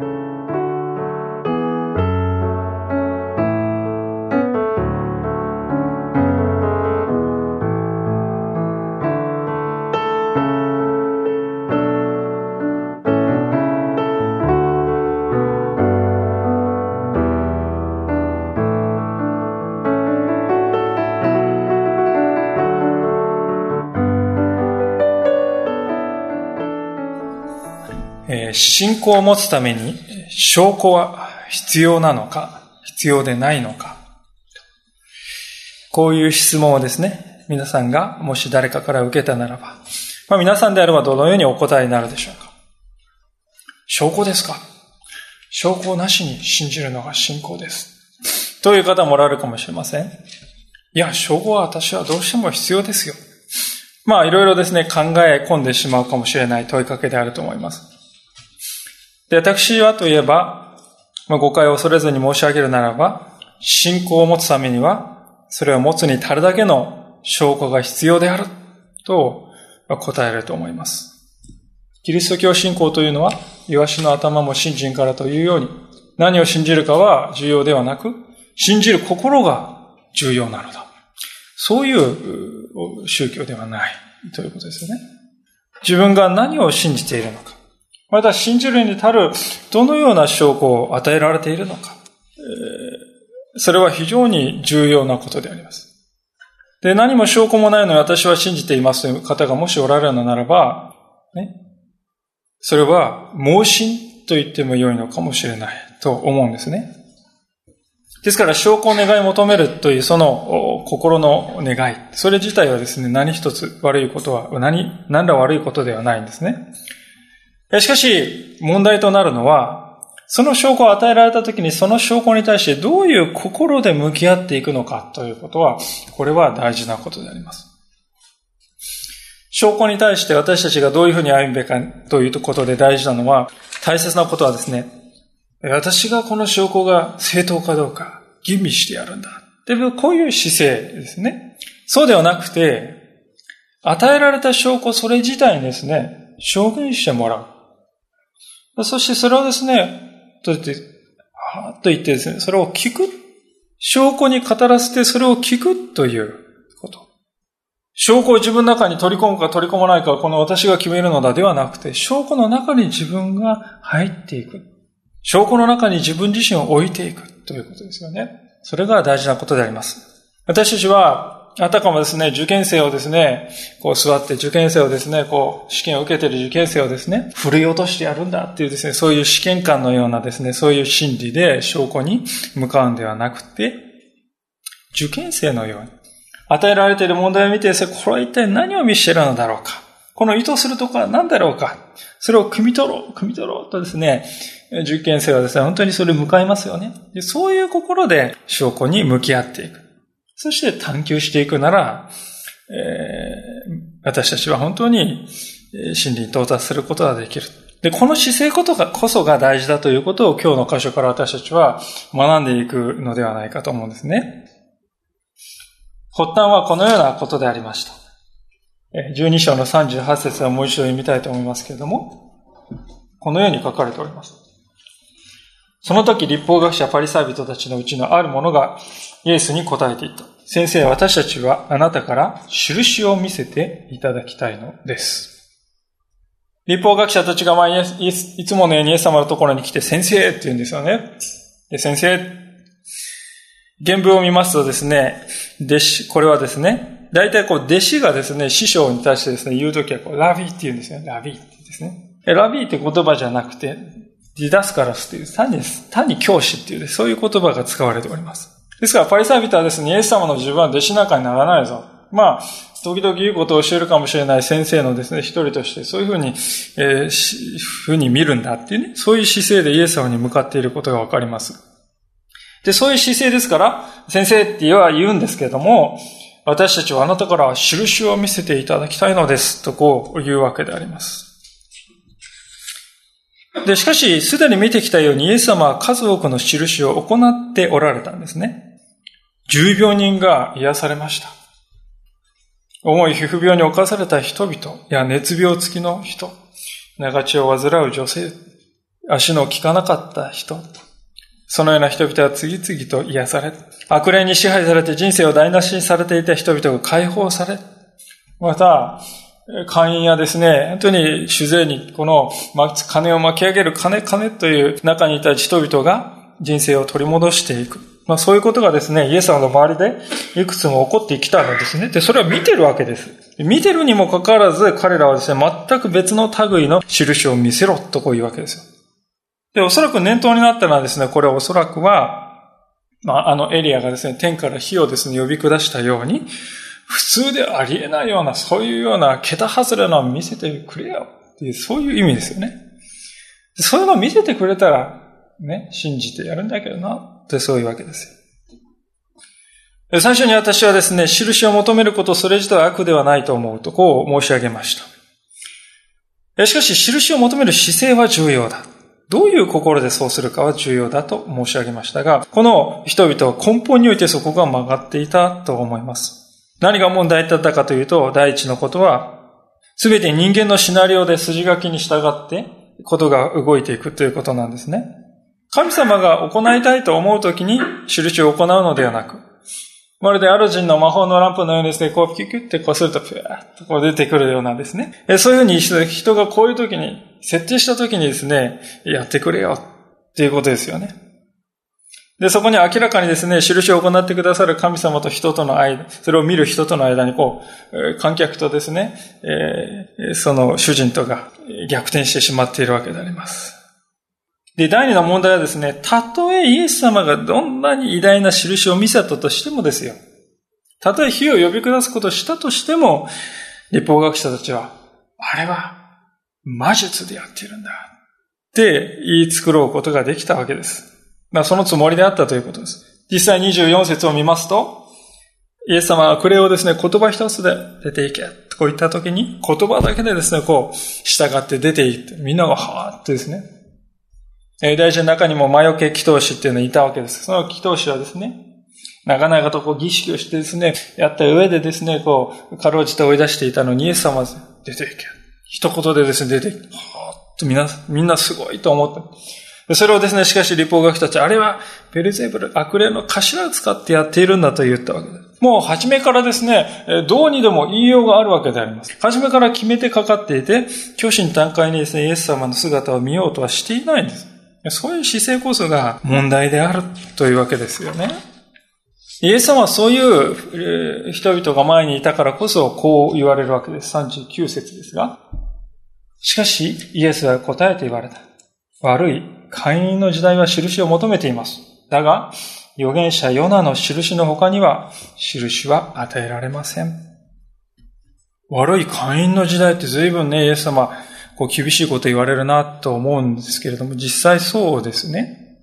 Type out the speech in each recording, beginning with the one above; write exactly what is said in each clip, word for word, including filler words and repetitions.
信仰を持つために証拠は必要なのか、必要でないのか。こういう質問をですね、皆さんがもし誰かから受けたならば、まあ、皆さんであればどのようにお答えになるでしょうか。証拠ですか？証拠なしに信じるのが信仰です。という方もおられるかもしれません。いや、証拠は私はどうしても必要ですよ。まあいろいろですね、考え込んでしまうかもしれない問いかけであると思います。で、私はといえば、まあ、誤解を恐れずに申し上げるならば、信仰を持つためには、それを持つに足るだけの証拠が必要であると答えると思います。キリスト教信仰というのは、イワシの頭も信心からというように、何を信じるかは重要ではなく、信じる心が重要なのだ。そういう宗教ではないということですよね。自分が何を信じているのか。また信じるに足るどのような証拠を与えられているのか、えー、それは非常に重要なことであります。で、何も証拠もないのに私は信じていますという方がもしおられるのならば、ね、それは盲信と言っても良いのかもしれないと思うんですね。ですから証拠を願い求めるというその心の願い、それ自体はですね、何一つ悪いことは、何、何ら悪いことではないんですね。しかし、問題となるのは、その証拠を与えられたときに、その証拠に対してどういう心で向き合っていくのかということは、これは大事なことであります。証拠に対して私たちがどういうふうに歩むべきかということで大事なのは、大切なことはですね、私がこの証拠が正当かどうか、吟味してやるんだ。で、こういう姿勢ですね。そうではなくて、与えられた証拠それ自体にですね、証言してもらう。そしてそれをですね、と言って、はーっと言ってですね、それを聞く。証拠に語らせてそれを聞くということ。証拠を自分の中に取り込むか取り込まないかはこの私が決めるのだではなくて、証拠の中に自分が入っていく。証拠の中に自分自身を置いていくということですよね。それが大事なことであります。私たちは、あたかもですね、受験生をですね、こう座って受験生をですね、こう試験を受けている受験生をですね、振り落としてやるんだっていうですね、そういう試験官のようなですね、そういう心理で証拠に向かうんではなくて、受験生のように、与えられている問題を見てですね、これは一体何を見せているのだろうか。この意図するところは何だろうか。それを汲み取ろう、汲み取ろうとですね、受験生はですね、本当にそれに向かいますよね。で、そういう心で証拠に向き合っていく。そして探求していくなら、えー、私たちは本当に真理に到達することができる。で、この姿勢ことがこそが大事だということを今日の箇所から私たちは学んでいくのではないかと思うんですね。発端はこのようなことでありました。じゅうに章のさんじゅうはち節をもう一度読みたいと思いますけれども、このように書かれております。その時、律法学者パリサイ人たちのうちのある者がイエスに答えていった。先生、私たちはあなたから印を見せていただきたいのです。律法学者たちがまあいつものようにイエス様のところに来て、先生って言うんですよね。で、先生、原文を見ますとですね、弟子、これはですね、大体こう弟子がですね、師匠に対してですね、言うときはこうラビーって言うんですよね。ラビーってですね。ラビーって言葉じゃなくて、ディダスカラスという、単に、単に教師っていう、そういう言葉が使われております。ですから、パリサイ人はですね、イエス様の自分は弟子なんかにならないぞ。まあ、時々言うことを教えるかもしれない先生のですね、一人として、そういうふうに、えー、ふうに見るんだっていうね、そういう姿勢でイエス様に向かっていることがわかります。で、そういう姿勢ですから、先生っては言うんですけれども、私たちはあなたから印を見せていただきたいのです、とこう言うわけであります。で、しかし、すでに見てきたように、イエス様は数多くの印を行っておられたんですね。重病人が癒されました。重い皮膚病に侵された人々や熱病付きの人、長血を患う女性、 足の利かなかった人、そのような人々は次々と癒され、悪霊に支配されて人生を台無しにされていた人々が解放され、また、会員やですね、本当に主税にこの金を巻き上げる金、金という中にいた人々が人生を取り戻していく。まあそういうことがですね、イエス様の周りでいくつも起こってきたんですね。で、それは見てるわけです。見てるにもかかわらず、彼らはですね、全く別の類の印を見せろとこう言うわけですよ。で、おそらく念頭になったのはですね、これはおそらくは、まああのエリアがですね、天から火をですね、呼び下したように、普通でありえないような、そういうような桁外れのを見せてくれよっていう、そういう意味ですよね。そういうのを見せてくれたら、ね、信じてやるんだけどな、ってそういうわけですよ。最初に私はですね、印を求めること、それ自体は悪ではないと思うと、こう申し上げました。しかし、印を求める姿勢は重要だ。どういう心でそうするかは重要だと申し上げましたが、この人々は根本においてそこが曲がっていたと思います。何が問題だったかというと、第一のことは、すべて人間のシナリオで筋書きに従って、ことが動いていくということなんですね。神様が行いたいと思うときに印を行うのではなく、まるでアラジンの魔法のランプのようにですね、こうピュキュってこするとピューッとこう出てくるようなんですね。そういうふうに人がこういうときに、設定したときにですね、やってくれよっていうことですよね。で、そこに明らかにですね、印を行ってくださる神様と人との間、それを見る人との間にこう、観客とですね、えー、その主人とが逆転してしまっているわけであります。で、第二の問題はですね、たとえイエス様がどんなに偉大な印を見せたとしてもですよ、たとえ火を呼び下すことをしたとしても、律法学者たちは、あれは魔術でやっているんだって言い作ろうことができたわけです。まあ、そのつもりであったということです。実際にじゅうよん節を見ますと、イエス様は悪霊をですね、言葉一つで出ていけとこう言ったときに、言葉だけでですね、こう、従って出ていって、みんながはーってですね、大事の中にも魔除け祈祷師っていうのがいたわけです。その祈祷師はですね、なかなかとこう儀式をしてですね、やった上でですね、こう、かろうじて追い出していたのに、イエス様は出ていけ。一言でですね、出ていけ。はーってみんな、みんなすごいと思って。それをですね、しかし律法学者たち、あれはベルゼブル、悪霊の頭を使ってやっているんだと言ったわけです。もう初めからですね、どうにでも言いようがあるわけであります。初めから決めてかかっていて、虚心坦懐にですね、イエス様の姿を見ようとはしていないんです。そういう姿勢こそが問題であるというわけですよね。イエス様はそういう人々が前にいたからこそこう言われるわけです。さんじゅうきゅう節ですが。しかし、イエスは答えて言われた。悪い会員の時代は印を求めています。だが、預言者ヨナの印の他には、印は与えられません。悪い会員の時代って随分ね、イエス様、こう厳しいこと言われるなと思うんですけれども、実際そうですね。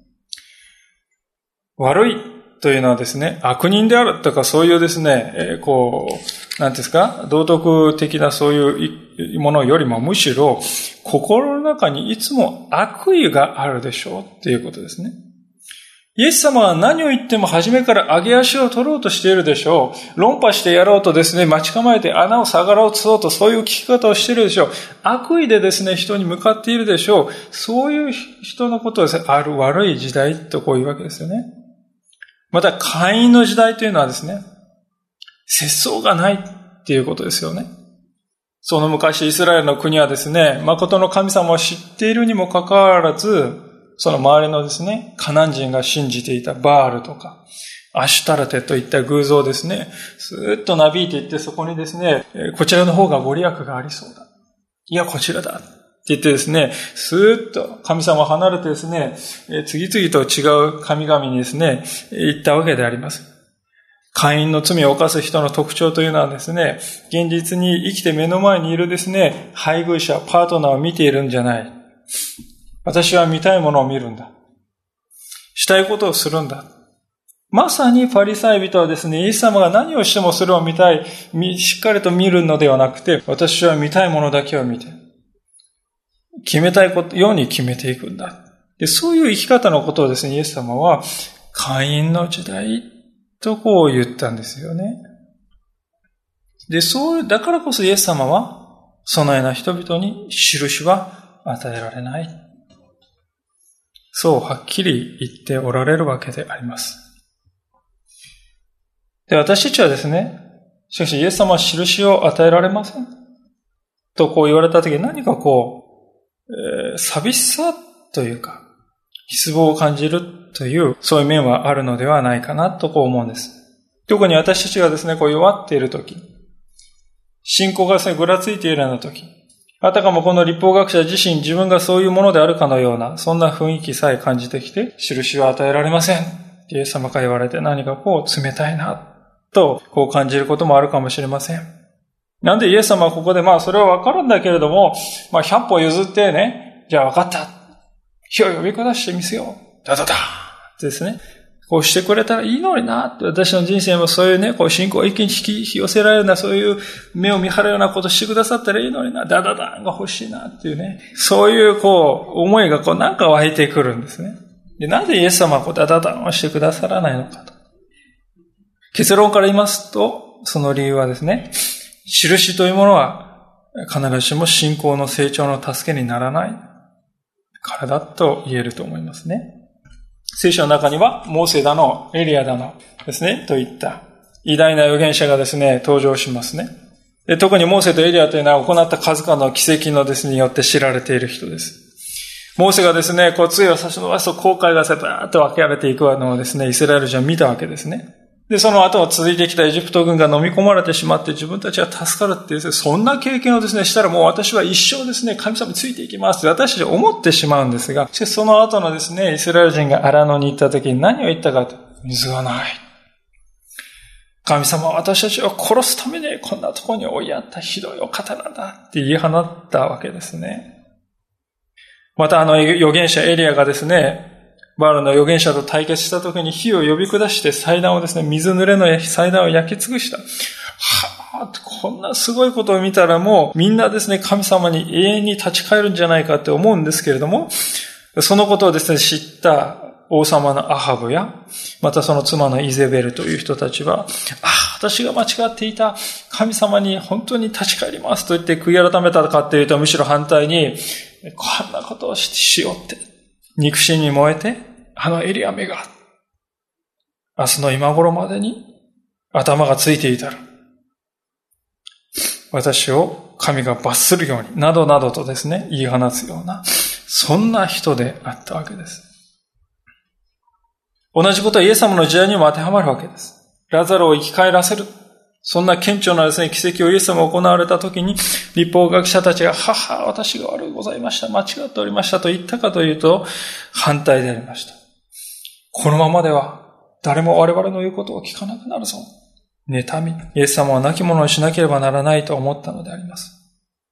悪いというのはですね、悪人であるとかそういうですね、えー、こう、なんですか、道徳的なそういうものよりもむしろ、心の中にいつも悪意があるでしょうっていうことですね。イエス様は何を言っても初めから上げ足を取ろうとしているでしょう。論破してやろうとですね、待ち構えて穴を下がろうとそうと、そういう聞き方をしているでしょう。悪意でですね、人に向かっているでしょう。そういう人のことをですね、ある悪い時代とこういうわけですよね。また、会員の時代というのはですね、節操がないっていうことですよね。その昔、イスラエルの国はですね、誠の神様を知っているにもかかわらず、その周りのですね、カナン人が信じていたバールとか、アシュタラテといった偶像ですね、スーッとなびいていって、そこにですね、こちらの方がご利益がありそうだ。いや、こちらだ。って言ってですね、スーッと神様を離れてですね、次々と違う神々にですね、行ったわけであります。会員の罪を犯す人の特徴というのはですね、現実に生きて目の前にいるですね、配偶者、パートナーを見ているんじゃない。私は見たいものを見るんだ。したいことをするんだ。まさにパリサイ人はですね、イエス様が何をしてもそれを見たい、しっかりと見るのではなくて、私は見たいものだけを見て、決めたいことように決めていくんだ。で、そういう生き方のことをですね、イエス様は、会員の時代とこう言ったんですよね。で、そう、だからこそイエス様は、そのような人々に印は与えられない。 そうはっきり言っておられるわけであります。で、私たちはですね、しかしイエス様は印を与えられませんとこう言われたときに何かこう、えー、寂しさというか、失望を感じるという、そういう面はあるのではないかなとこう思うんです。特に私たちがですね、こう弱っているとき、信仰がですね、ぐらついているようなとき、あたかもこの立法学者自身自分がそういうものであるかのような、そんな雰囲気さえ感じてきて、印は与えられません。イエス様から言われて何かこう冷たいな、とこう感じることもあるかもしれません。なんでイエス様はここで、まあそれはわかるんだけれども、まあ百歩譲ってね、じゃあわかった。火を呼び下してみせよう。ダダダーってですね。こうしてくれたらいいのになって、私の人生もそういうね、こう信仰を一気に引き寄せられるような、そういう目を見張るようなことしてくださったらいいのにな、ダダダーが欲しいなっていうね、そういうこう思いがこうなんか湧いてくるんですね。で、なぜイエス様はこうダダダーをしてくださらないのかと。結論から言いますと、その理由はですね、印というものは必ずしも信仰の成長の助けにならないからだと言えると思いますね。聖書の中には、モーセだの、エリアだのですね、といった偉大な預言者がですね、登場しますね。で、特にモーセとエリアというのは行った数々の奇跡のですね、によって知られている人です。モーセがですね、こう杖を差し伸ばすと航海がバーッと分けられていくのをですね、イスラエル人は見たわけですね。で、その後続いてきたエジプト軍が飲み込まれてしまって自分たちは助かるっていう、そんな経験をですね、したらもう私は一生ですね、神様についていきますって私たちは思ってしまうんですが、しかしその後のですね、イスラエル人がアラノに行った時に何を言ったかと、水がない。神様は私たちを殺すためにこんなところに追いやったひどいお方なんだって言い放ったわけですね。またあの預言者エリアがですね、バールの預言者と対決した時に火を呼び下して祭壇をですね、水濡れの祭壇を焼き尽くした。はぁ、こんなすごいことを見たらもうみんなですね、神様に永遠に立ち返るんじゃないかって思うんですけれども、そのことをですね、知った王様のアハブや、またその妻のイゼベルという人たちは、ああ、私が間違っていた神様に本当に立ち返りますと言って悔い改めたかっていうと、むしろ反対に、こんなことをしようって、肉親に燃えて、あのエリアめが、明日の今頃までに頭がついていたら、私を神が罰するように、などなどとですね、言い放つような、そんな人であったわけです。同じことはイエス様の時代にも当てはまるわけです。ラザロを生き返らせる。そんな顕著なですね、奇跡をイエス様が行われたときに、律法学者たちが、はは、私が悪いございました、間違っておりましたと言ったかというと、反対でありました。このままでは、誰も我々の言うことを聞かなくなるぞ。妬み、イエス様は亡き者をしなければならないと思ったのであります。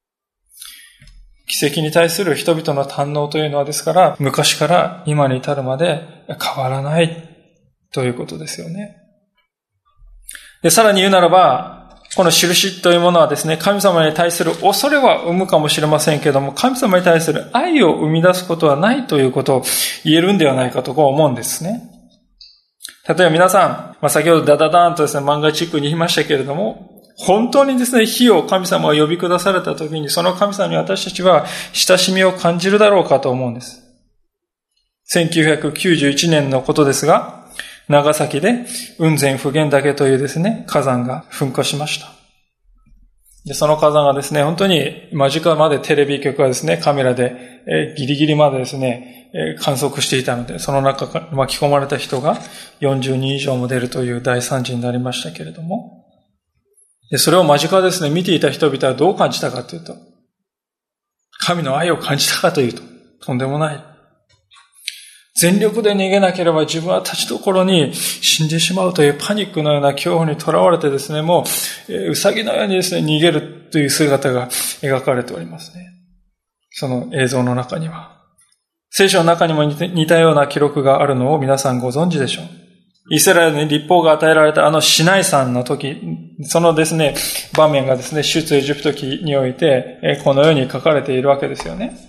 奇跡に対する人々の堪能というのはですから、昔から今に至るまで変わらないということですよね。で、さらに言うならば、この印というものはですね、神様に対する恐れは生むかもしれませんけれども、神様に対する愛を生み出すことはないということを言えるんではないかとこう思うんですね。例えば皆さん、まあ、先ほどダダダーンとですね、漫画チックに言いましたけれども、本当にですね、火を神様が呼び下されたときに、その神様に私たちは親しみを感じるだろうかと思うんです。せんきゅうひゃくきゅうじゅういちねんのことですが、長崎で雲仙普賢岳というですね、火山が噴火しました。で、その火山がですね、本当に間近までテレビ局がですね、カメラで、えー、ギリギリまでですね、えー、観測していたので、その中から巻き込まれた人がよんじゅうにん以上も出るという大惨事になりましたけれども、で、それを間近ですね、見ていた人々はどう感じたかというと、神の愛を感じたかというと、とんでもない。全力で逃げなければ自分は立ちどころに死んでしまうというパニックのような恐怖にとらわれてですね、もう、えー、ウサギのようにですね、逃げるという姿が描かれておりますね。その映像の中には。聖書の中にも似たような記録があるのを皆さんご存知でしょう。イスラエルに律法が与えられたあのシナイ山の時、そのですね、場面がですね、出エジプト記において、このように書かれているわけですよね。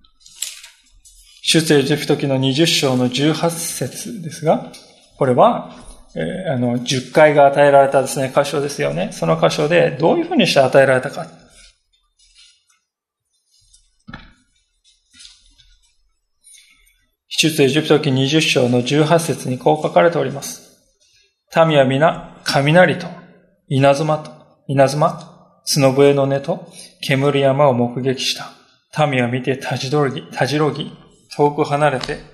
出エジプト記のにじゅっ章のじゅうはち節ですが、これは、えー、あの、じゅっかいが与えられたですね、箇所ですよね。その箇所でどういうふうにして与えられたか。 出エジプト記にじゅっ章のじゅうはち節にこう書かれております。民は皆、雷と、稲妻と、稲妻、角笛の音と、煙山を目撃した。民は見てたじろぎ、たじろぎ、遠く離れて立った。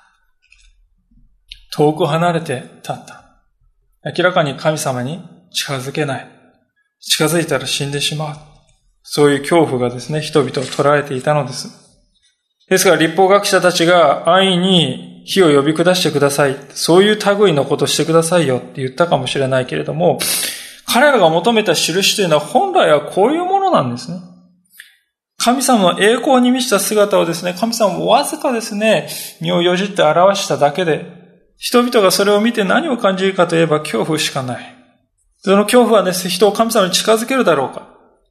遠く離れて立った。明らかに神様に近づけない。近づいたら死んでしまう。そういう恐怖がですね、人々を捉えていたのです。ですから立法学者たちが安易に火を呼び下してください。そういう類のことをしてくださいよって言ったかもしれないけれども、彼らが求めた印というのは本来はこういうものなんですね。神様の栄光に満ちた姿をですね、神様もわずかですね、身をよじって表しただけで、人々がそれを見て何を感じるかといえば恐怖しかない。その恐怖はですね、人を神様に近づけるだろうか。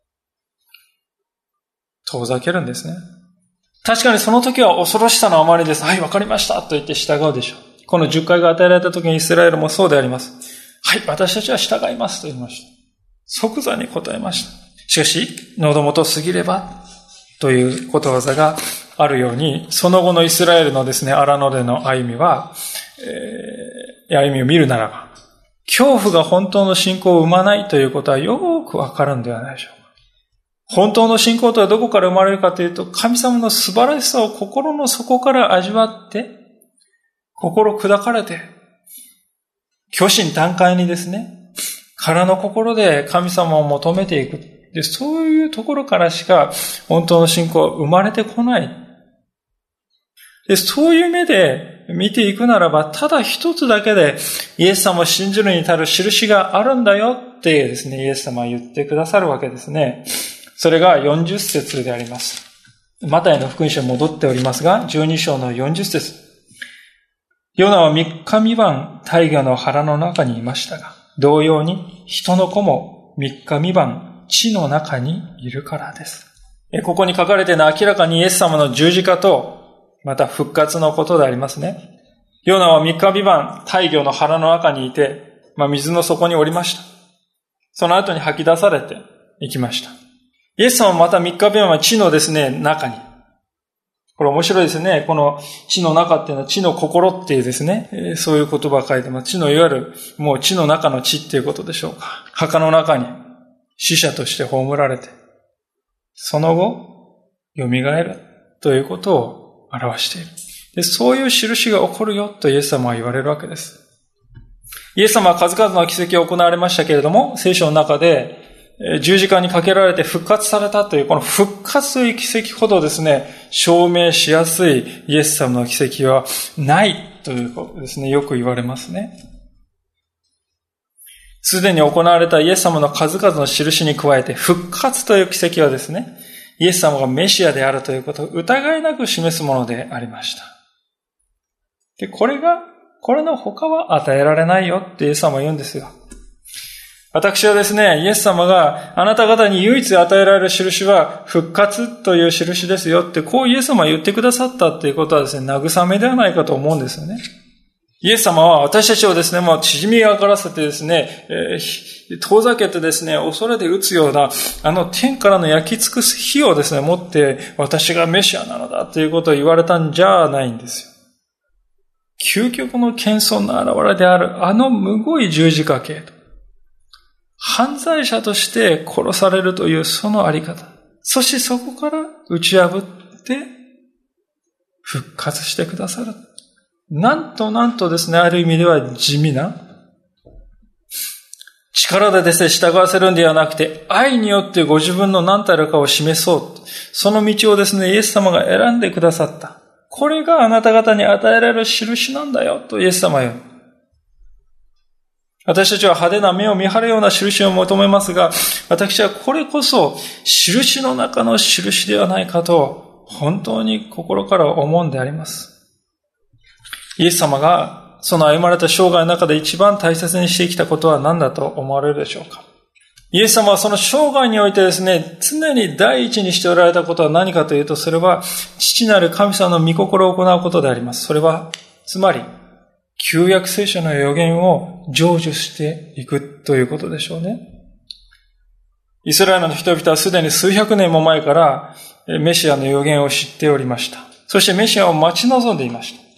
遠ざけるんですね。確かにその時は恐ろしさのあまりです。はい、わかりましたと言って従うでしょう。この十回が与えられた時にイスラエルもそうであります。はい、私たちは従いますと言いました。即座に答えました。しかし、喉元過ぎればということわざがあるように、その後のイスラエルのですね、荒野での歩みは、えー、歩みを見るならば、恐怖が本当の信仰を生まないということはよくわかるんではないでしょうか。本当の信仰とはどこから生まれるかというと、神様の素晴らしさを心の底から味わって、心砕かれて、虚心坦懐にですね、空の心で神様を求めていく。で、そういうところからしか本当の信仰は生まれてこない。で、そういう目で見ていくならば、ただ一つだけでイエス様を信じるに至る印があるんだよってですね、イエス様は言ってくださるわけですね。それがよんじゅっ節であります。マタイの福音書に戻っておりますが、じゅうに章のよんじゅっ節。ヨナは三日三晩大魚の腹の中にいましたが、同様に人の子も三日三晩地の中にいるからです。ここに書かれているのは明らかにイエス様の十字架と、また復活のことでありますね。ヨナは三日三晩大魚の腹の中にいて、まあ、水の底におりました。その後に吐き出されていきました。イエス様はまた三日三晩は地のですね、中に。これ面白いですね。この地の中っていうのは地の心っていうですね、えー、そういう言葉を書いてます。地のいわゆるもう地の中の地っていうことでしょうか。墓の中に死者として葬られて、その後、蘇るということを表している。で、そういう印が起こるよとイエス様は言われるわけです。イエス様は数々の奇跡が行われましたけれども、聖書の中で十字架にかけられて復活されたという、この復活という奇跡ほどですね、証明しやすいイエス様の奇跡はないということですね、よく言われますね。すでに行われたイエス様の数々の印に加えて、復活という奇跡はですね、イエス様がメシアであるということを疑いなく示すものでありました。で、これが、これの他は与えられないよってイエス様は言うんですよ。私はですね、イエス様があなた方に唯一与えられる印は復活という印ですよって、こうイエス様は言ってくださったっていうことはですね、慰めではないかと思うんですよね。イエス様は私たちをですね、もう縮み上がらせてですね、えー、遠ざけてですね、恐れで打つような、あの天からの焼き尽くす火をですね、持って私がメシアなのだということを言われたんじゃないんですよ。究極の謙遜の現れである、あのむごい十字架形。犯罪者として殺されるというそのあり方。そしてそこから打ち破って復活してくださる。なんとなんとですね、ある意味では地味な。力でですね、従わせるんではなくて、愛によってご自分の何たるかを示そう。その道をですね、イエス様が選んでくださった。これがあなた方に与えられる印なんだよとイエス様は言う。私たちは派手な目を見張るような印を求めますが、私はこれこそ印の中の印ではないかと本当に心から思うんであります。イエス様がその歩まれた生涯の中で一番大切にしてきたことは何だと思われるでしょうか。イエス様はその生涯においてですね、常に第一にしておられたことは何かというと、それは父なる神様の御心を行うことであります。それはつまり旧約聖書の預言を成就していくということでしょうね。イスラエルの人々はすでに数百年も前からメシアの預言を知っておりました。そしてメシアを待ち望んでいました。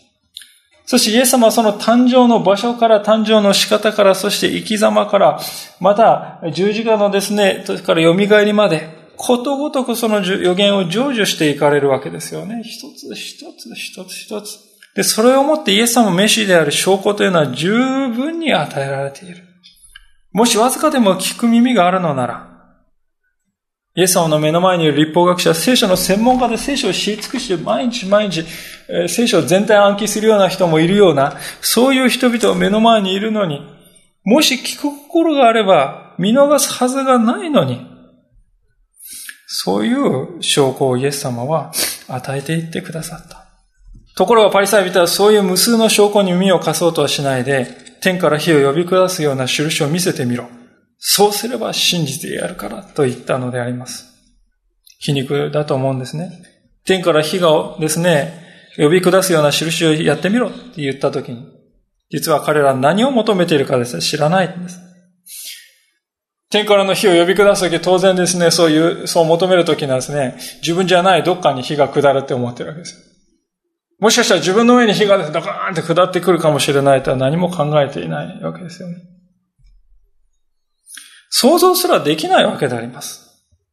そしてイエス様はその誕生の場所から、誕生の仕方から、そして生き様から、また十字架のですね、それから蘇りまで、ことごとくその予言を成就していかれるわけですよね。一つ一つ一つ一つ。で、それをもってイエス様メシである証拠というのは十分に与えられている。もしわずかでも聞く耳があるのなら、イエス様の目の前にいる律法学者、聖書の専門家で聖書を知り尽くして毎日毎日、えー、聖書を全体暗記するような人もいるような、そういう人々を目の前にいるのに、もし聞く心があれば見逃すはずがないのに、そういう証拠をイエス様は与えていってくださった。ところがパリサイ人はそういう無数の証拠に耳を貸そうとはしないで、天から火を呼び下すような印を見せてみろ。そうすれば信じてやるからと言ったのであります。皮肉だと思うんですね。天から火がですね、呼び下すような印をやってみろって言ったときに、実は彼らは何を求めているかですね、知らないんです。天からの火を呼び下すとき、当然ですね、そういう、そう求めるときにはですね、自分じゃないどっかに火が下るって思ってるわけです。もしかしたら自分の上に火がドカーンって下ってくるかもしれないとは何も考えていないわけですよね。想像すらできないわけであります。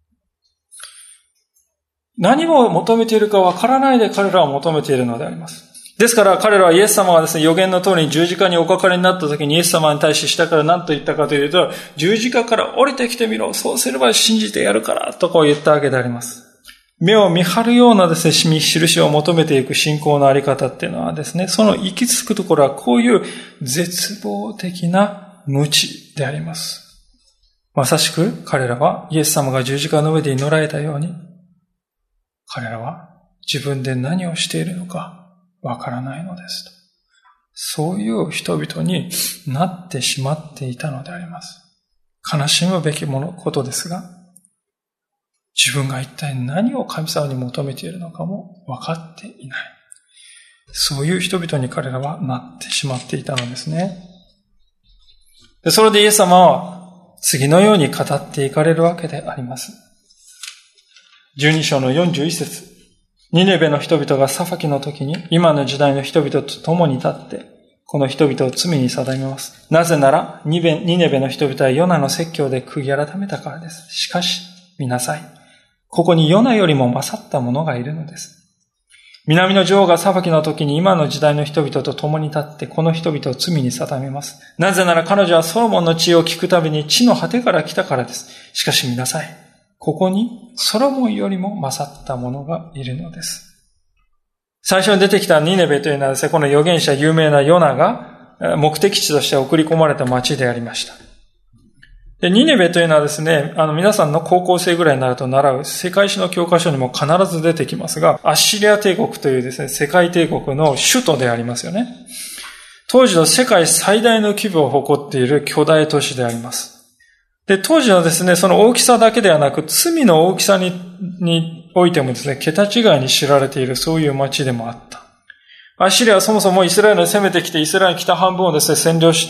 何を求めているかわからないで彼らは求めているのであります。ですから彼らはイエス様がですね、預言の通りに十字架におかかりになった時にイエス様に対して下から何と言ったかというと、十字架から降りてきてみろ。そうすれば信じてやるからとこう言ったわけであります。目を見張るようなですね、印を求めていく信仰のあり方っていうのはですね、その行き着くところはこういう絶望的な無知であります。まさしく彼らはイエス様が十字架の上で祈られたように、彼らは自分で何をしているのかわからないのですと。そういう人々になってしまっていたのであります。悲しむべきものことですが、自分が一体何を神様に求めているのかも分かっていない。そういう人々に彼らはなってしまっていたのですね。で、それでイエス様は次のように語っていかれるわけであります。じゅうに章のよんじゅういち節。ニネベの人々が裁きの時に今の時代の人々と共に立ってこの人々を罪に定めます。なぜならニネベの人々はヨナの説教で悔い改めたからです。しかし見なさい。ここにヨナよりも勝った者がいるのです。南の女王が裁きの時に今の時代の人々と共に立ってこの人々を罪に定めます。なぜなら彼女はソロモンの知恵を聞くたびに地の果てから来たからです。しかし見なさい。ここにソロモンよりも勝った者がいるのです。最初に出てきたニネベというのはですね、この預言者有名なヨナが目的地として送り込まれた町でありました。で、ニネベというのはですね、あの皆さんの高校生ぐらいになると習う世界史の教科書にも必ず出てきますが、アッシリア帝国というですね、世界帝国の首都でありますよね。当時の世界最大の規模を誇っている巨大都市であります。で、当時のですね、その大きさだけではなく、罪の大きさに、においてもですね、桁違いに知られているそういう町でもあった。アッシリアはそもそもイスラエルに攻めてきて、イスラエルの北半分をですね、占領して、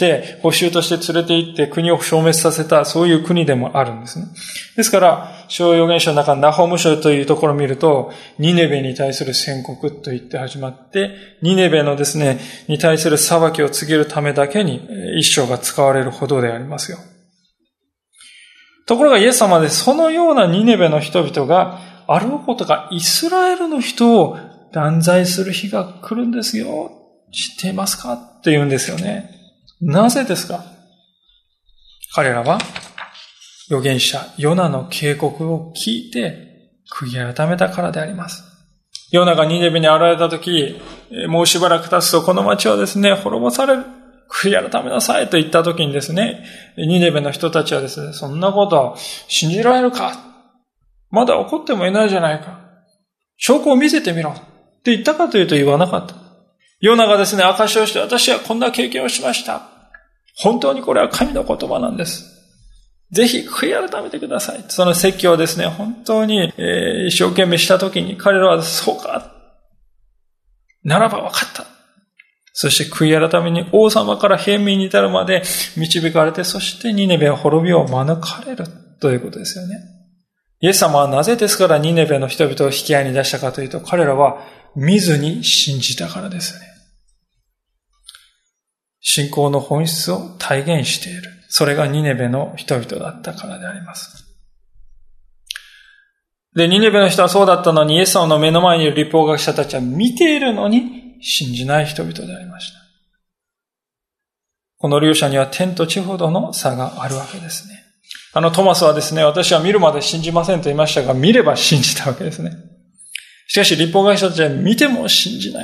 捕囚として連れて行って国を消滅させた、そういう国でもあるんですね。ですから、小預言書の中のナホム書というところを見ると、ニネベに対する宣告と言って始まって、ニネベのですね、に対する裁きを告げるためだけに一章が使われるほどでありますよ。ところがイエス様はそのようなニネベの人々が、あろうことがイスラエルの人を断罪する日が来るんですよ。知っていますかって言うんですよね。なぜですか？彼らは預言者ヨナの警告を聞いて悔い改めたからであります。ヨナがニネベに現れたとき、もうしばらく経つとこの町はですね、滅ぼされる。悔い改めなさいと言ったときにですね、ニネベの人たちはですね、そんなこと信じられるか？まだ起こってもいないじゃないか。証拠を見せてみろ。って言ったかというと言わなかった。ヨナがですね、証しをして私はこんな経験をしました。本当にこれは神の言葉なんです。ぜひ悔い改めてください。その説教をですね、本当に、えー、一生懸命したときに彼らはそうか。ならば分かった。そして悔い改めに王様から平民に至るまで導かれて、そしてニネベは滅びを免れるということですよね。イエス様はなぜですからニネベの人々を引き合いに出したかというと、彼らは見ずに信じたからですね。 信仰の本質を体現している。それがニネベの人々だったからであります。で、ニネベの人はそうだったのに、イエス様の目の前にいる律法学者たちは見ているのに信じない人々でありました。この両者には天と地ほどの差があるわけですね。あのトマスはですね、私は見るまで信じませんと言いましたが、見れば信じたわけですね。しかし律法学者たちは見ても信じない。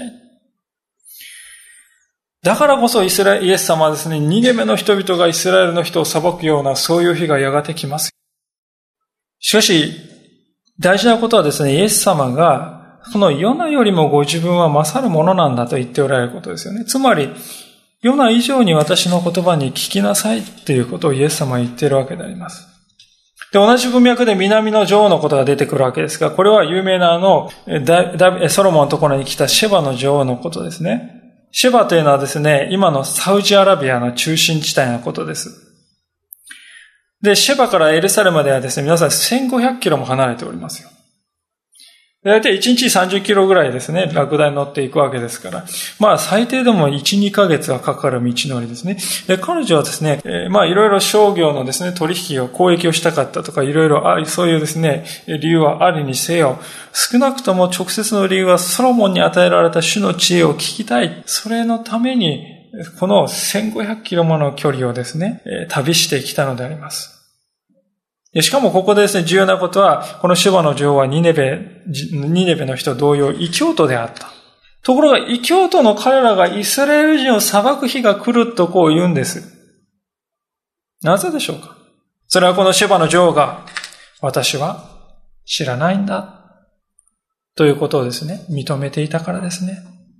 だからこそイスラエル、イエス様はですね、ニネベの人々がイスラエルの人を裁くようなそういう日がやがて来ます。しかし、大事なことはですね、イエス様が、このヨナよりもご自分は勝るものなんだと言っておられることですよね。つまり、ヨナ以上に私の言葉に聞きなさいということをイエス様は言っているわけであります。で、同じ文脈で南の女王のことが出てくるわけですが、これは有名なあの、ソロモンのところに来たシェバの女王のことですね。シェバというのはですね、今のサウジアラビアの中心地帯のことです。で、シェバからエルサレムまではですね、皆さんせんごひゃくキロも離れておりますよ。だいたいいちにちさんじゅっキロぐらいですね、ラクダに乗っていくわけですから。まあ最低でもいち、にかげつはかかる道のりですね。で、彼女はですね、えー、まあいろいろ商業のですね、取引を、交易をしたかったとか、いろいろ、あそういうですね、理由はあるにせよ、少なくとも直接の理由はソロモンに与えられた主の知恵を聞きたい。それのために、このせんごひゃくキロもの距離をですね、旅してきたのであります。しかもここでですね、重要なことは、このシュバの女王はニネベ、ニネベの人同様、異教徒であった。ところが、異教徒の彼らがイスラエル人を裁く日が来るとこう言うんです。なぜでしょうか？それはこのシュバの女王が、私は知らないんだ。ということをですね、認めていたからですね。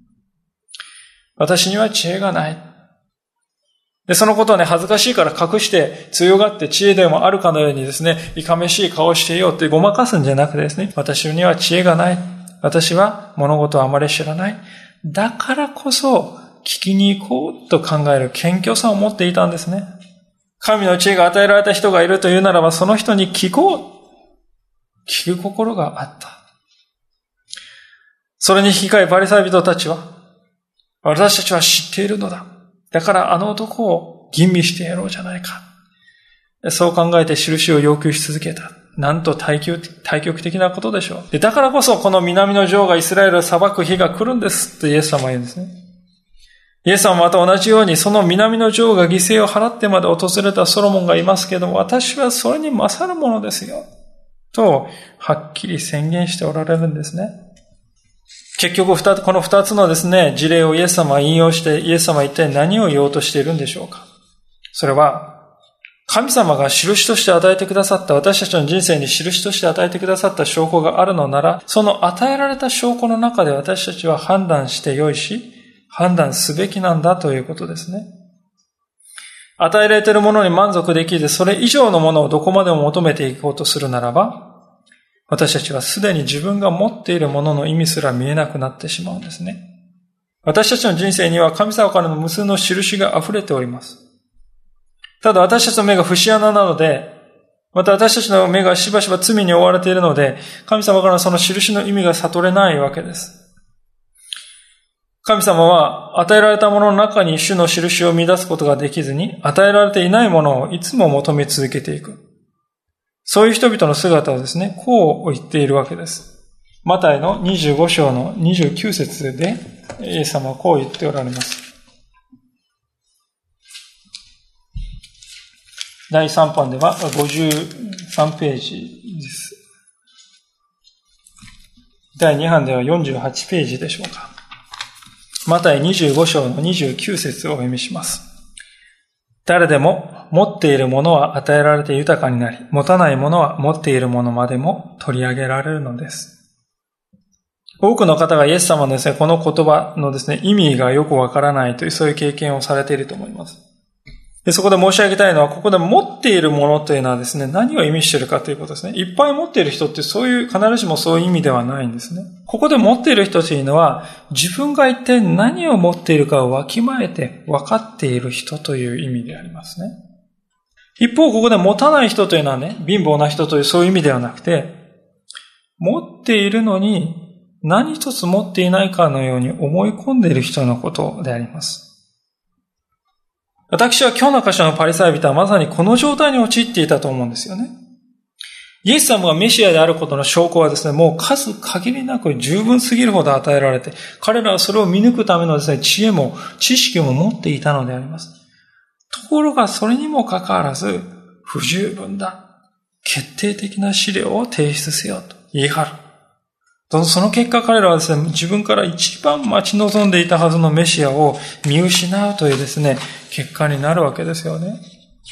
私には知恵がない。で、そのことはね、恥ずかしいから隠して強がって知恵でもあるかのようにですね、いかめしい顔をしていようってごまかすんじゃなくてですね、私には知恵がない。私は物事をあまり知らない。だからこそ聞きに行こうと考える謙虚さを持っていたんですね。神の知恵が与えられた人がいるというならば、その人に聞こう。聞く心があった。それに引き換えパリサイ人たちは、私たちは知っているのだ。だからあの男を吟味してやろうじゃないか。そう考えて印を要求し続けた。なんと対極、対極的なことでしょう。で、だからこそこの南の女王がイスラエルを裁く日が来るんですとイエス様は言うんですね。イエス様はまた同じようにその南の女王が犠牲を払ってまで訪れたソロモンがいますけれども、私はそれに勝るものですよ。と、はっきり宣言しておられるんですね。結局、この二つのですね、事例をイエス様は引用して、イエス様は一体何を言おうとしているんでしょうか。それは、神様が印として与えてくださった、私たちの人生に印として与えてくださった証拠があるのなら、その与えられた証拠の中で私たちは判断してよいし、判断すべきなんだということですね。与えられているものに満足できず、それ以上のものをどこまでも求めていこうとするならば、私たちはすでに自分が持っているものの意味すら見えなくなってしまうんですね。私たちの人生には神様からの無数の印が溢れております。ただ私たちの目が節穴なので、また私たちの目がしばしば罪に追われているので、神様からのその印の意味が悟れないわけです。神様は与えられたものの中に主の印を見出すことができずに、与えられていないものをいつも求め続けていく。そういう人々の姿をですね、こう言っているわけです。マタイのにじゅうご章のにじゅうきゅう節で、イエス様はこう言っておられます。だいさん版ではごじゅうさんページです。だいに版ではよんじゅうはちページでしょうか。マタイにじゅうご章のにじゅうきゅう節をお読みします。誰でも持っているものは与えられて豊かになり、持たないものは持っているものまでも取り上げられるのです。多くの方がイエス様のですね、この言葉のですね、意味がよくわからないという、そういう経験をされていると思います。で、そこで申し上げたいのは、ここで持っているものというのはですね、何を意味しているかということですね。いっぱい持っている人ってそういう、必ずしもそういう意味ではないんですね。ここで持っている人というのは、自分が一体何を持っているかをわきまえて分かっている人という意味でありますね。一方、ここで持たない人というのはね、貧乏な人というそういう意味ではなくて、持っているのに何一つ持っていないかのように思い込んでいる人のことであります。 私は今日の箇所のパリサイ人はまさにこの状態に陥っていたと思うんですよね。イエス様がメシアであることの証拠はですね、もう数限りなく十分すぎるほど与えられて、彼らはそれを見抜くためのですね、知恵も知識も持っていたのであります。ところがそれにもかかわらず、不十分だ。決定的な資料を提出せよと言い張る。その結果彼らはですね、自分から一番待ち望んでいたはずのメシアを見失うというですね、結果になるわけですよね。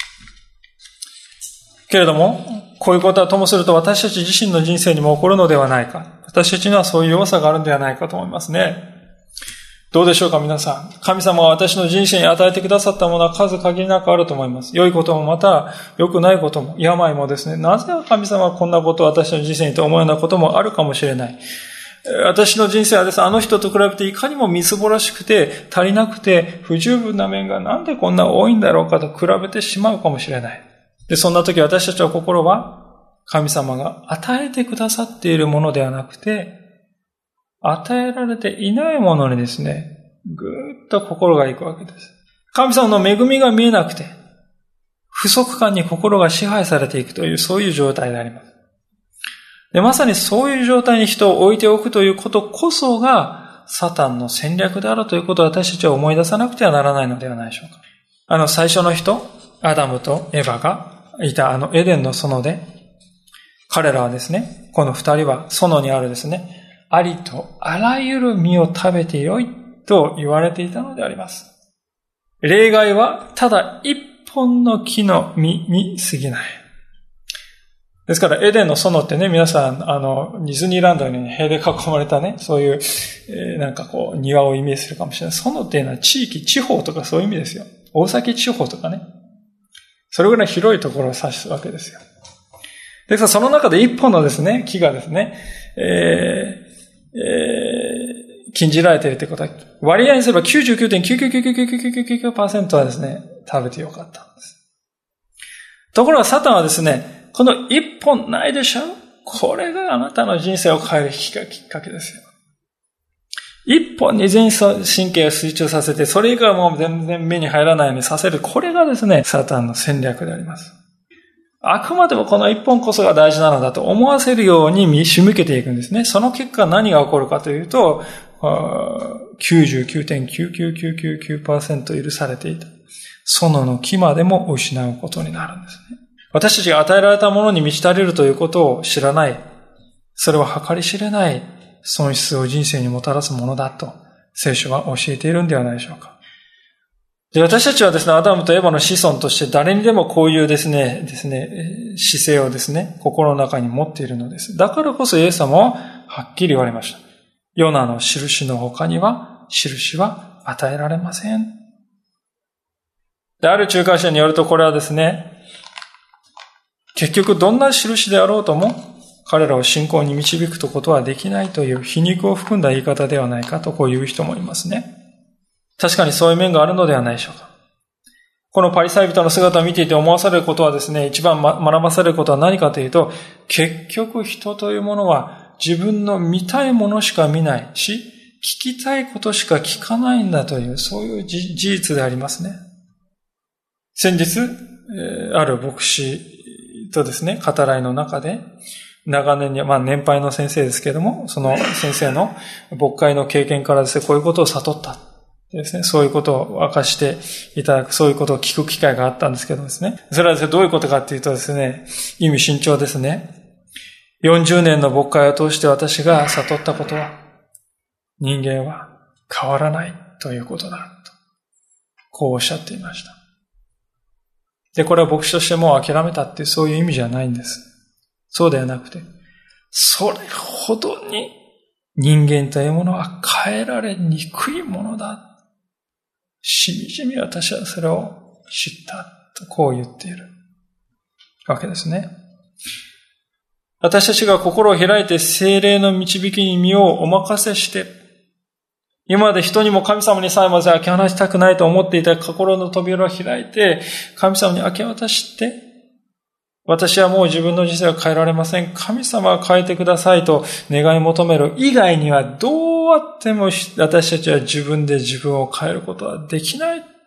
けれども、こういうことはともすると私たち自身の人生にも起こるのではないか。私たちにはそういう弱さがあるのではないかと思いますね。どうでしょうか皆さん。神様は私の人生に与えてくださったものは数限りなくあると思います。良いこともまた良くないことも、病もですね、なぜ神様はこんなことを私の人生にと思うようなこともあるかもしれない。私の人生はですね、あの人と比べていかにもみすぼらしくて足りなくて不十分な面がなんでこんな多いんだろうかと比べてしまうかもしれない。で、そんな時私たちの心は神様が与えてくださっているものではなくて、与えられていないものにですね、ぐーっと心が行くわけです。神様の恵みが見えなくて、不足感に心が支配されていくという、そういう状態であります。で、まさにそういう状態に人を置いておくということこそが、サタンの戦略であるということを私たちは思い出さなくてはならないのではないでしょうか。あの、最初の人、アダムとエヴァがいたあのエデンの園で、彼らはですね、この二人は園にあるですね、ありとあらゆる実を食べてよいと言われていたのであります。例外はただ一本の木の実に過ぎない。ですからエデンの園ってね、皆さん、あの、ディズニーランドに塀で囲まれたね、そういう、えー、なんかこう、庭をイメージするかもしれない。園っていうのは地域、地方とかそういう意味ですよ。大崎地方とかね。それぐらい広いところを指すわけですよ。ですからその中で一本のですね、木がですね、えーえー、禁じられているということは、割合にすれば きゅうじゅうきゅうてんきゅうきゅうきゅうきゅうきゅうきゅうきゅうきゅうきゅうパーセント はですね、食べてよかったんです。ところがサタンはですね、この一本ないでしょ？これがあなたの人生を変えるきっかけですよ。一本に全神経を集中させて、それ以外はもう全然目に入らないようにさせる。これがですね、サタンの戦略であります。あくまでもこの一本こそが大事なのだと思わせるように仕向けていくんですね。その結果何が起こるかというと、きゅうじゅうきゅうてんきゅうきゅうきゅうきゅうきゅうパーセント 許されていた。園の木までも失うことになるんですね。私たちが与えられたものに満ち足りるということを知らない。それは計り知れない損失を人生にもたらすものだと聖書は教えているんではないでしょうか。で、私たちはですね、アダムとエヴァの子孫として誰にでもこういうですね、ですね、姿勢をですね、心の中に持っているのです。だからこそイエス様ははっきり言われました。ヨナの印の他には印は与えられません。で、ある仲介者によるとこれはですね、結局どんな印であろうとも彼らを信仰に導くことはできないという皮肉を含んだ言い方ではないかとこういう人もいますね。確かにそういう面があるのではないでしょうか。このパリサイ人の姿を見ていて思わされることはですね、一番学ばされることは何かというと、結局人というものは自分の見たいものしか見ないし、聞きたいことしか聞かないんだという、そういう事実でありますね。先日、ある牧師とですね、語らいの中で、長年に、まあ年配の先生ですけれども、その先生の牧会の経験からですね、こういうことを悟った。ですね、そういうことを明かしていただく、そういうことを聞く機会があったんですけどですね。それはですね、どういうことかっていうとですね、意味深長ですね。よんじゅうねんの牧会を通して私が悟ったことは、人間は変わらないということだと、こうおっしゃっていました。で、これは牧師としてもう諦めたっていうそういう意味じゃないんです。そうではなくて、それほどに人間というものは変えられにくいものだ。しみじみ私はそれを知ったとこう言っているわけですね。私たちが心を開いて聖霊の導きに身をお任せして、今まで人にも神様にさえまで明け渡したくないと思っていた心の扉を開いて、神様に明け渡して、私はもう自分の人生は変えられません。神様は変えてくださいと願い求める以外にはどうあっても私たちは自分で自分を変えることはできない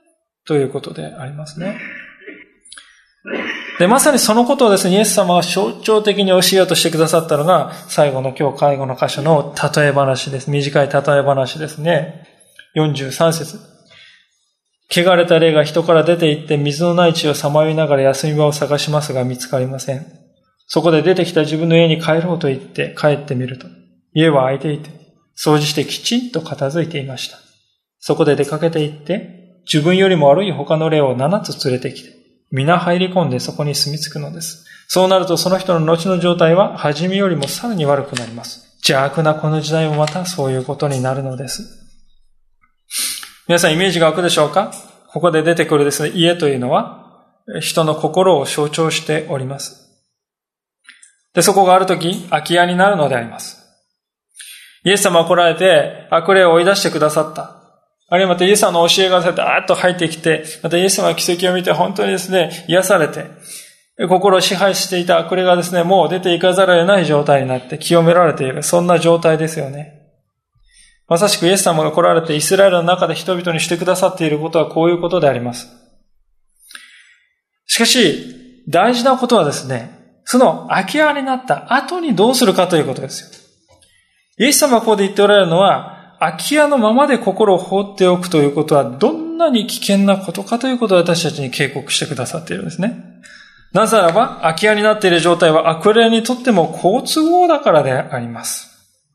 ということでありますね。で、まさにそのことをですね、イエス様が象徴的に教えようとしてくださったのが、最後の今日介護の箇所の例え話です。短い例え話ですね。よんじゅうさん節。汚れた霊が人から出て行って水のない地をさまよいながら休み場を探しますが見つかりません。そこで出てきた自分の家に帰ろうと言って帰ってみると、家は空いていて、掃除してきちんと片付いていました。そこで出かけて行って、自分よりも悪い他の霊をななつ連れてきて、皆入り込んでそこに住み着くのです。そうなるとその人の後の状態は初めよりもさらに悪くなります。邪悪なこの時代もまたそういうことになるのです。皆さんイメージが湧くでしょうか？ここで出てくるですね、家というのは人の心を象徴しております。で、そこがあるとき空き家になるのであります。イエス様は来られて悪霊を追い出してくださった。あるいはまたイエス様の教えがされて、あーっと入ってきて、またイエス様の奇跡を見て本当にですね、癒されて、心を支配していた悪霊がですね、もう出ていかざるを得ない状態になって清められている。そんな状態ですよね。まさしくイエス様が来られてイスラエルの中で人々にしてくださっていることはこういうことであります。しかし、大事なことはですね、その空き家になった後にどうするかということですよ。イエス様がここで言っておられるのは、空き家のままで心を放っておくということはどんなに危険なことかということを私たちに警告してくださっているんですね。なぜならば、空き家になっている状態は悪霊にとっても好都合だからであります。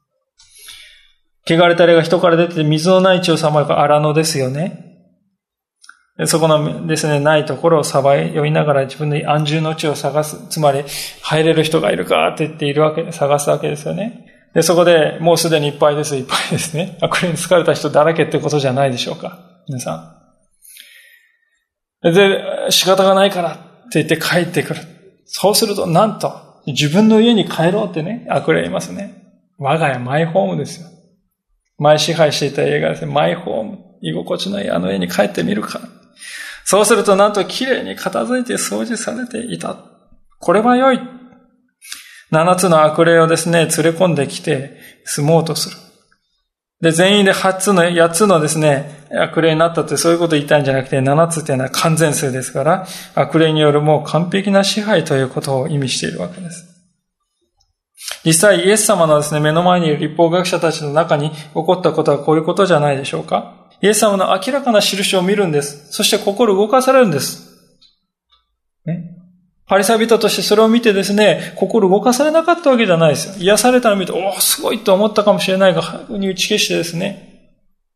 汚れた霊が人から出て水のない地をさまよう荒野ですよね。そこのですね、ないところをさばよいながら自分の安住の地を探す。つまり、入れる人がいるかって言っているわけ、探すわけですよね。で、そこでもうすでにいっぱいです、いっぱいですね。悪霊に疲れた人だらけってことじゃないでしょうか。皆さん。で、仕方がないからって言って帰ってくる。そうすると、なんと、自分の家に帰ろうってね、悪霊いますね。我が家、マイホームですよ。前支配していた家がですね、マイホーム、居心地のいいあの家に帰ってみるか。そうするとなんと綺麗に片付いて掃除されていた。これは良い。七つの悪霊をですね、連れ込んできて住もうとする。で、全員で八つの、八つのですね、悪霊になったってそういうことを言いたいんじゃなくて、七つっていうのは完全数ですから、悪霊によるもう完璧な支配ということを意味しているわけです。実際イエス様のですね、目の前にいる律法学者たちの中に起こったことはこういうことじゃないでしょうか。イエス様の明らかな印を見るんです。そして心動かされるんです。ね。パリサイ人としてそれを見てですね、心動かされなかったわけじゃないですよ。癒されたのを見て、おー、すごいと思ったかもしれないが、早くに打ち消してですね。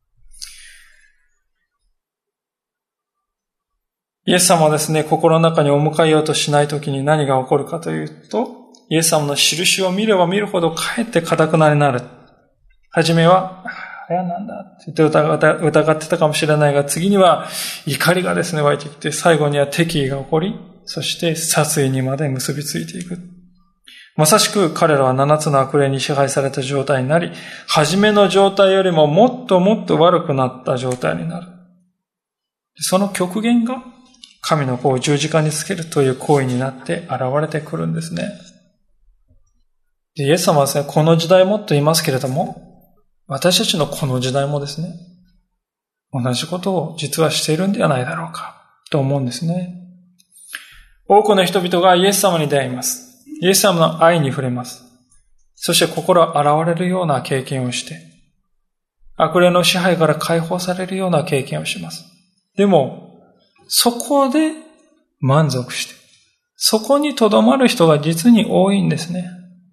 イエス様はですね、心の中にお迎えようとしないときに何が起こるかというと、イエス様の印を見れば見るほどかえって堅くなになる。はじめは、あれはなんだって言って疑ってたかもしれないが、次には怒りがですね、湧いてきて、最後には敵意が起こり、そして殺意にまで結びついていく。まさしく彼らは七つの悪霊に支配された状態になり、初めの状態よりももっともっと悪くなった状態になる。その極限が神の子を十字架につけるという行為になって現れてくるんですね。イエス様はですね、この時代もっと言いますけれども、私たちのこの時代もですね、同じことを実はしているんではないだろうか、と思うんですね。多くの人々がイエス様に出会います。イエス様の愛に触れます。そして心を洗われるような経験をして、悪霊の支配から解放されるような経験をします。でも、そこで満足して、そこに留まる人が実に多いんですね。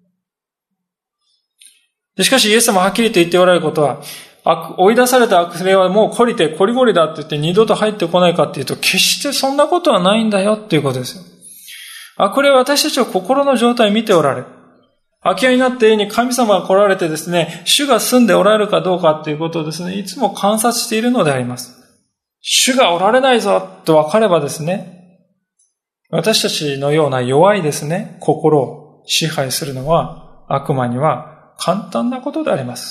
しかしイエス様ははっきりと言っておられることは、追い出された悪霊はもう懲りてこりごりだって言って二度と入ってこないかっていうと、決してそんなことはないんだよっていうことですよ。悪霊は私たちは心の状態を見ておられる。空き家になって家に神様が来られてですね、主が住んでおられるかどうかっていうことをですね、いつも観察しているのであります。主がおられないぞと分かればですね、私たちのような弱いですね、心を支配するのは悪魔には簡単なことであります。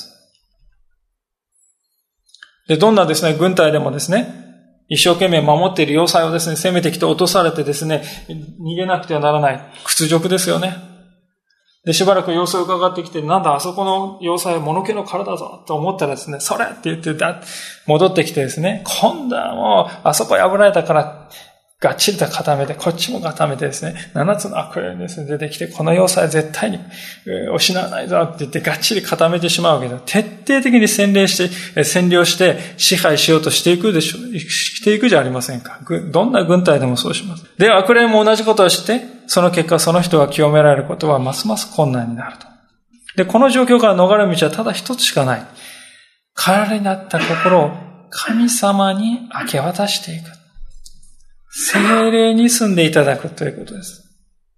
で、どんなですね、軍隊でもですね、一生懸命守っている要塞をですね、攻めてきて落とされてですね、逃げなくてはならない屈辱ですよね。 で、しばらく様子を伺ってきて、なんだ、あそこの要塞は物気の殻だぞ、と思ったらですね、それって言ってだ、戻ってきてですね、今度はもう、あそこ破られたから、がっちりと固めて、こっちも固めてですね、七つの悪霊ですね、出てきて、この要塞は絶対に失わないぞって言って、がっちり固めてしまうわけだ。徹底的に洗礼して、占領して支配しようとしていくでしょ、していくじゃありませんか。どんな軍隊でもそうします。で、悪霊も同じことをして、その結果、その人が清められることはますます困難になると。で、この状況から逃れる道はただ一つしかない。空になった心を神様に明け渡していく。聖霊に住んでいただくということです。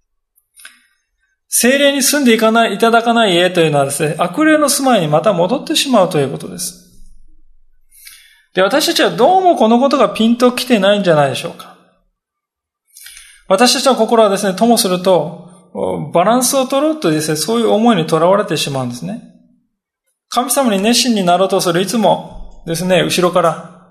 聖霊に住んでいかない、いただかない家というのはですね、悪霊の住まいにまた戻ってしまうということです。で、私たちはどうもこのことがピンときてないんじゃないでしょうか。私たちの心はですね、ともすると、バランスを取ろうとですね、そういう思いにとらわれてしまうんですね。神様に熱心になろうとするいつもですね、後ろから、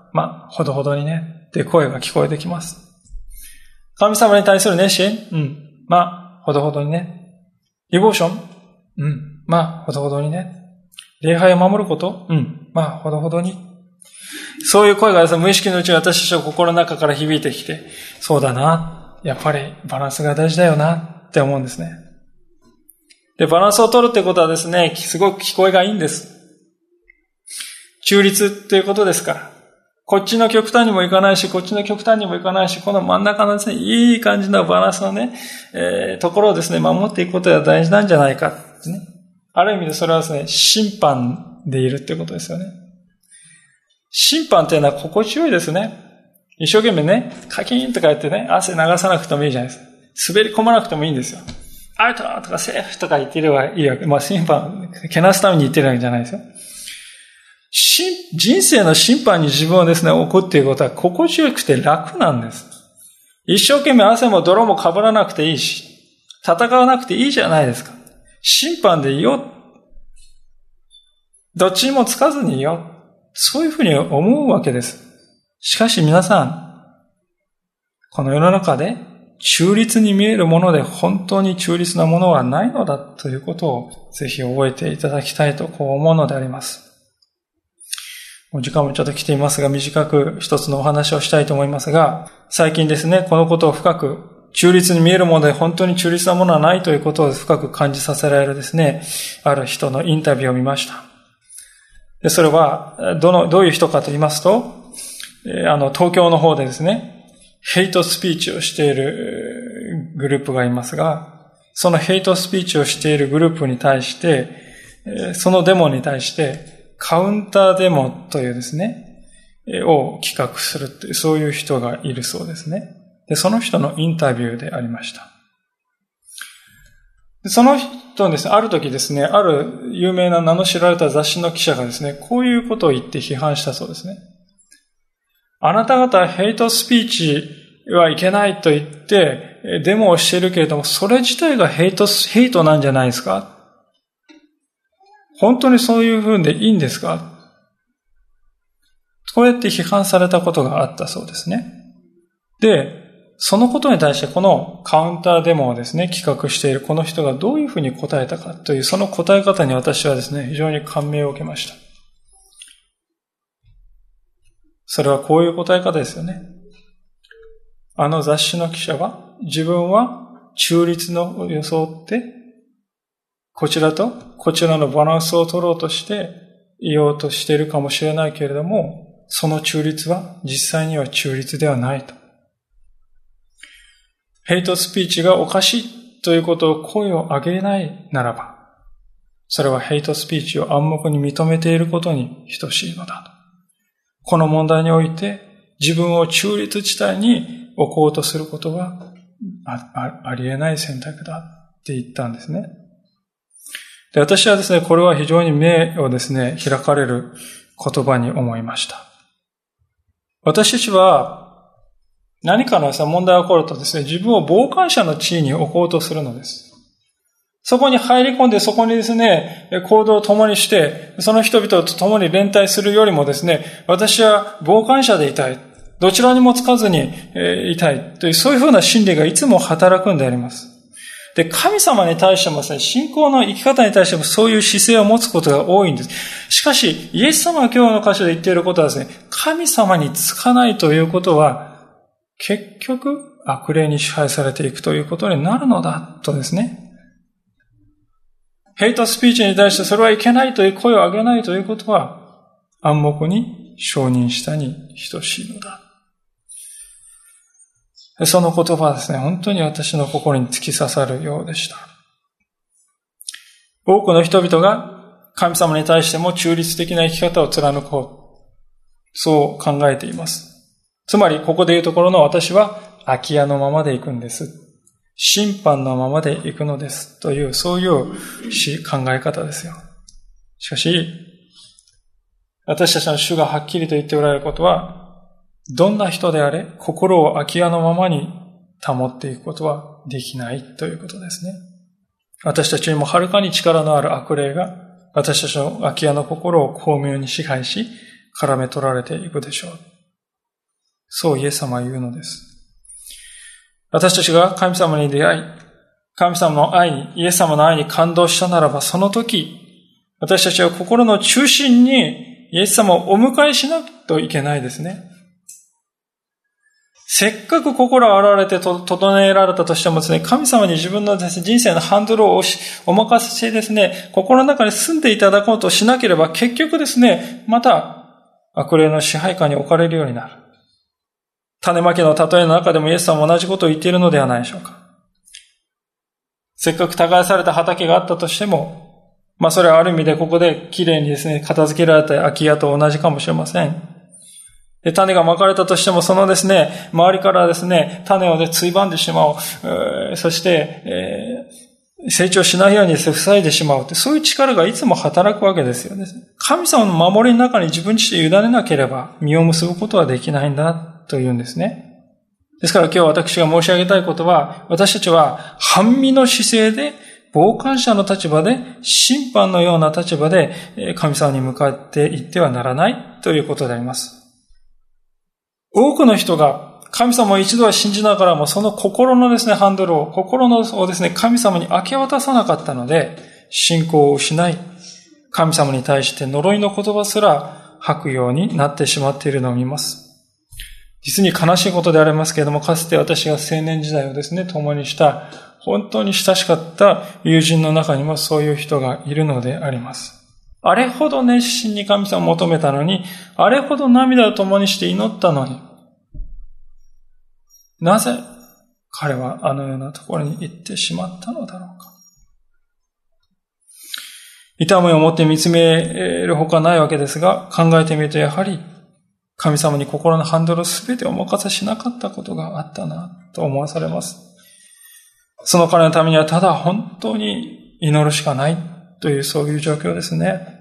まあ、ほどほどにね、って声が聞こえてきます。神様に対する熱心、うん。まあ、ほどほどにね。ディボーション、うん。まあ、ほどほどにね。礼拝を守ること、うん。まあ、ほどほどに。そういう声がですね、無意識のうちに私たちの心の中から響いてきて、そうだな。やっぱりバランスが大事だよなって思うんですね。で、バランスを取るってことはですね、すごく聞こえがいいんです。中立っていうことですから。こっちの極端にもいかないし、こっちの極端にもいかないし、この真ん中のですね、いい感じのバランスのね、えー、ところをですね、守っていくことが大事なんじゃないかってね。ある意味でそれはですね、審判でいるってことですよね。審判っていうのは心地よいですね。一生懸命ね、カキーンとか言ってね、汗流さなくてもいいじゃないですか。滑り込まなくてもいいんですよ。アウトとかセーフとか言ってればいいわけ。まあ審判、けなすために言ってるわけじゃないですよ。人生の審判に自分をですね、置くっていうことは心地よくて楽なんです。一生懸命汗も泥も被らなくていいし、戦わなくていいじゃないですか。審判でいいよ。どっちにもつかずにいいよ。そういうふうに思うわけです。しかし皆さん、この世の中で中立に見えるもので本当に中立なものはないのだということをぜひ覚えていただきたいとこう思うのであります。お時間もちょっと来ていますが、短く一つのお話をしたいと思いますが、最近ですね、このことを深く、中立に見えるもので本当に中立なものはないということを深く感じさせられるですね、ある人のインタビューを見ました。で、それは、どの、どういう人かと言いますと、あの、東京の方でですね、ヘイトスピーチをしているグループがいますが、そのヘイトスピーチをしているグループに対して、そのデモに対して、カウンターデモというですね、を企画するという、そういう人がいるそうですね。で、その人のインタビューでありました。その人はですね、ある時ですね、ある有名な名の知られた雑誌の記者がですね、こういうことを言って批判したそうですね。あなた方はヘイトスピーチはいけないと言って、デモをしているけれども、それ自体がヘイト、ヘイトなんじゃないですか？本当にそういうふうでいいんですか？こうやって批判されたことがあったそうですね。で、そのことに対してこのカウンターデモをですね、企画しているこの人がどういうふうに答えたかという、その答え方に私はですね、非常に感銘を受けました。それはこういう答え方ですよね。あの雑誌の記者は、自分は中立のを装って、こちらとこちらのバランスを取ろうとしていようとしているかもしれないけれども、その中立は実際には中立ではないと。ヘイトスピーチがおかしいということを声を上げないならば、それはヘイトスピーチを暗黙に認めていることに等しいのだと。この問題において自分を中立地帯に置こうとすることは あ, あ, ありえない選択だって言ったんですね。で、私はですね、これは非常に目をですね、開かれる言葉に思いました。私たちは何かの問題が起こるとですね、自分を傍観者の地位に置こうとするのです。そこに入り込んで、そこにですね、行動を共にして、その人々と共に連帯するよりもですね、私は傍観者でいたい。どちらにもつかずにいたいという、そういうふうな心理がいつも働くんであります。 で、神様に対してもですね、信仰の生き方に対してもそういう姿勢を持つことが多いんです。しかし、イエス様が今日の箇所で言っていることはですね、神様につかないということは、結局、悪霊に支配されていくということになるのだ、とですね。ヘイトスピーチに対してそれはいけないという声を上げないということは、暗黙に承認したに等しいのだ。その言葉はですね、本当に私の心に突き刺さるようでした。多くの人々が神様に対しても中立的な生き方を貫こう。そう考えています。つまり、ここでいうところの私は空き家のままで行くんです。審判のままで行くのです。という、そういう考え方ですよ。しかし、私たちの主がはっきりと言っておられることは、どんな人であれ、心を空き家のままに保っていくことはできないということですね。私たちにもはるかに力のある悪霊が、私たちの空き家の心を巧妙に支配し、絡め取られていくでしょう。そうイエス様は言うのです。私たちが神様に出会い、神様の愛に、イエス様の愛に感動したならば、その時、私たちは心の中心にイエス様をお迎えしなくといけないですね。せっかく心を洗われて整えられたとしてもですね、神様に自分のですね、人生のハンドルをお任せしてですね、心の中に住んでいただこうとしなければ、結局ですね、また悪霊の支配下に置かれるようになる。種まきの例えの中でもイエス様も同じことを言っているのではないでしょうか。せっかく耕された畑があったとしても、まあそれはある意味でここで綺麗にですね、片付けられた空き家と同じかもしれません。で、種がまかれたとしても、そのですね、周りからですね、種をね、ついばんでしまう。えー、そして、えー、成長しないようにですね、塞いでしまうって、そういう力がいつも働くわけですよね。神様の守りの中に自分自身委ねなければ、実を結ぶことはできないんだ、というんですね。ですから今日私が申し上げたいことは、私たちは半身の姿勢で、傍観者の立場で、審判のような立場で、神様に向かっていってはならないということであります。多くの人が神様を一度は信じながらも、その心のですね、ハンドルを、心のをですね、神様に明け渡さなかったので、信仰を失い、神様に対して呪いの言葉すら吐くようになってしまっているのを見ます。実に悲しいことでありますけれども、かつて私が青年時代をですね、共にした、本当に親しかった友人の中にもそういう人がいるのであります。あれほど熱心に神様を求めたのに、あれほど涙を共にして祈ったのに、なぜ彼はあのようなところに行ってしまったのだろうか。痛みを持って見つめるほかないわけですが、考えてみるとやはり神様に心のハンドルをすべてお任せしなかったことがあったなと思わされます。その彼のためにはただ本当に祈るしかないというそういう状況ですね。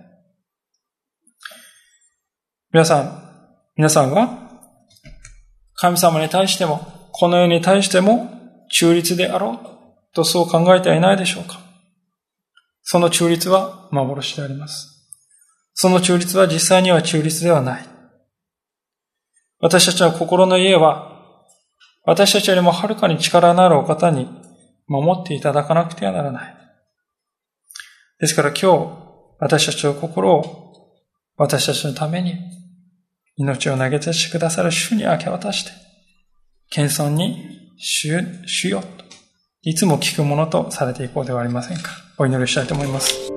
皆さん、皆さんは神様に対してもこの世に対しても中立であろうとそう考えてはいないでしょうか。その中立は幻であります。その中立は実際には中立ではない。私たちの心の家は私たちよりもはるかに力のあるお方に守っていただかなくてはならない。ですから今日私たちの心を私たちのために命を投げ出してくださる主に明け渡して、謙遜に主、主よといつも聞くものとされていこうではありませんか。お祈りしたいと思います。